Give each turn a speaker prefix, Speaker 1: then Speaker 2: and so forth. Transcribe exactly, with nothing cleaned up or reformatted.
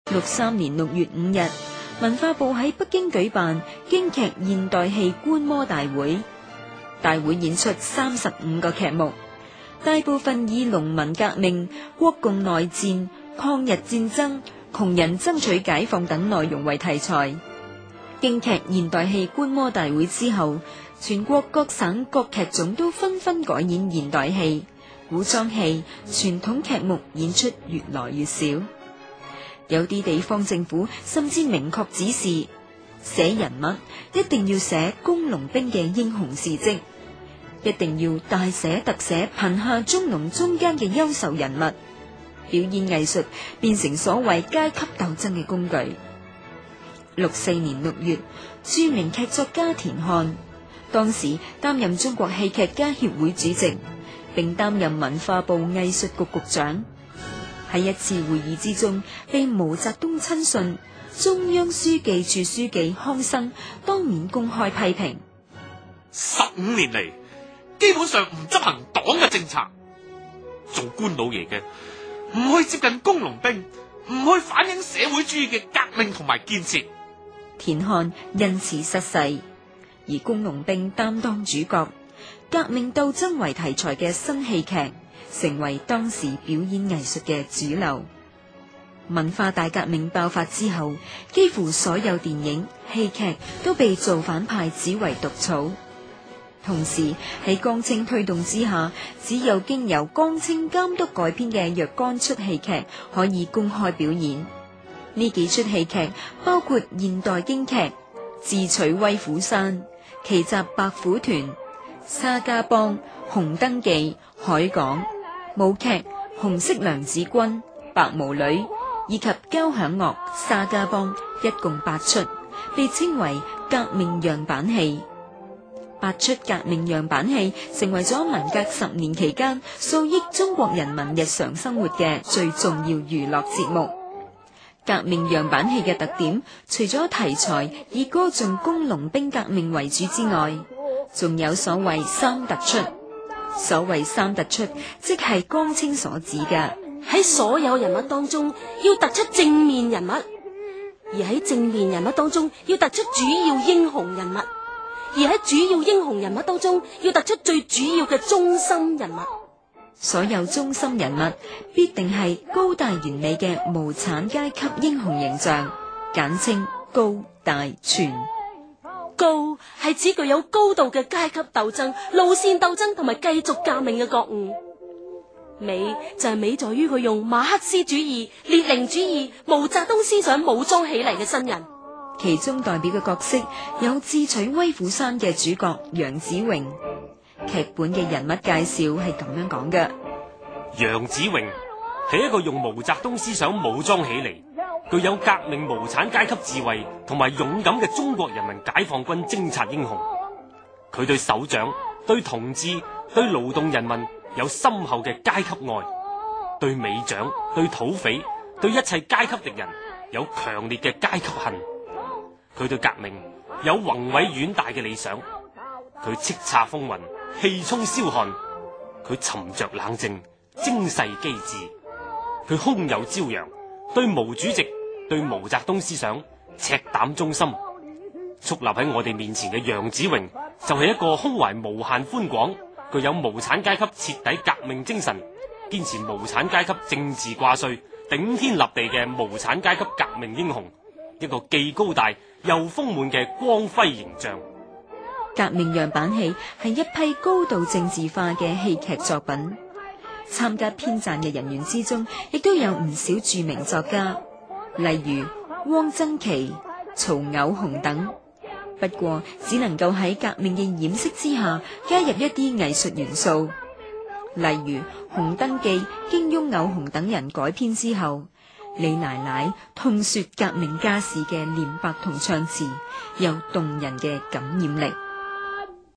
Speaker 1: 六三年六月五日，文化部喺北京舉辦京劇現代戲觀摩大會，大會演出三十五個劇目，大部分以農民革命、國共內戰、抗日戰爭、窮人爭取解放等內容為題材。京劇現代戲觀摩大會之後，全國各省各劇種都紛紛改演現代戲、古裝戲，傳統劇目演出越來越少。有啲地方政府甚至明確指示，寫人物一定要寫工農兵嘅英雄事跡，一定要大寫特寫貧下中農中間嘅優秀人物。表演藝術變成所謂階級鬥爭嘅工具。六四年六月，著名劇作家田漢當時擔任中國戲劇家協會主席，並擔任文化部藝術局局長。喺一次會議之中，被毛澤東親信、中央書記處書記康生當面公開批評：
Speaker 2: 十五年嚟，基本上唔執行黨嘅政策，做官老爺嘅唔去接近工農兵，唔去反映社會主義嘅革命同埋建設。
Speaker 1: 田漢因此失勢，而工農兵擔當主角，革命鬥爭為題材嘅新戲劇成為當時表演藝術嘅主流。文化大革命爆發之後，幾乎所有電影、戲劇都被造反派指為毒草。同時喺江青推動之下，只有經由江青監督改編嘅若干出戲劇可以公開表演。呢幾出戲劇包括現代京劇《智取威虎山》、《奇襲白虎團》、《沙家浜》、《紅燈記》、《海港》、舞劇《紅色娘子軍》、《白毛女》以及交響樂《沙家浜》，一共八出，被稱為革命樣板戲。八出革命樣板戲成為咗文革十年期間數億中國人民日常生活嘅最重要娛樂節目。革命樣板戲嘅特點，除咗題材以歌頌工農兵革命為主之外，仲有所謂三突出。所謂三突出，即係江青所指嘅，
Speaker 3: 喺所有人物當中要突出正面人物，而喺正面人物當中要突出主要英雄人物，而喺主要英雄人物當中要突出最主要嘅中心人物。
Speaker 1: 所有中心人物必定係高大完美嘅無產階級英雄形象，簡稱高大全。
Speaker 3: 高係指具有高度嘅階級鬥爭、路線鬥爭同埋繼續革命嘅覺悟。美就係美在於佢用馬克思主義、列寧主義、毛澤東思想武裝起嚟嘅新人。
Speaker 1: 其中代表嘅角色有智取威虎山嘅主角楊子榮。劇本嘅人物介紹係咁樣講嘅：
Speaker 4: 楊子榮係一個用毛澤東思想武裝起嚟，具有革命無產階級智慧同埋勇敢嘅中國人民解放軍偵察英雄。佢對首長、對同志、對勞動人民有深厚嘅階級愛，對美長、對土匪、對一切階級敵人有強烈嘅階級恨。佢對革命有宏偉遠大嘅理想，佢叱咤風雲，氣衝霄漢。佢沉着冷靜，精細機智。佢胸有朝陽，對毛主席、對毛澤東思想赤膽忠心。矗立喺我哋面前嘅楊子榮就係一個胸懷無限寬廣、具有無產階級徹底革命精神、堅持無產階級政治掛帥、頂天立地嘅無產階級革命英雄，一個既高大又豐滿嘅光輝形象。
Speaker 1: 革命樣板戲係一批高度政治化嘅戲劇作品，參加編撰嘅人員之中，亦都有唔少著名作家，例如汪曾祺、曹藕紅等。不過只能夠喺革命嘅掩飾之下，加入一啲藝術元素，例如《紅燈記》經翁藕紅等人改編之後，李奶奶痛說革命家事嘅念白同唱詞，有動人嘅感染力。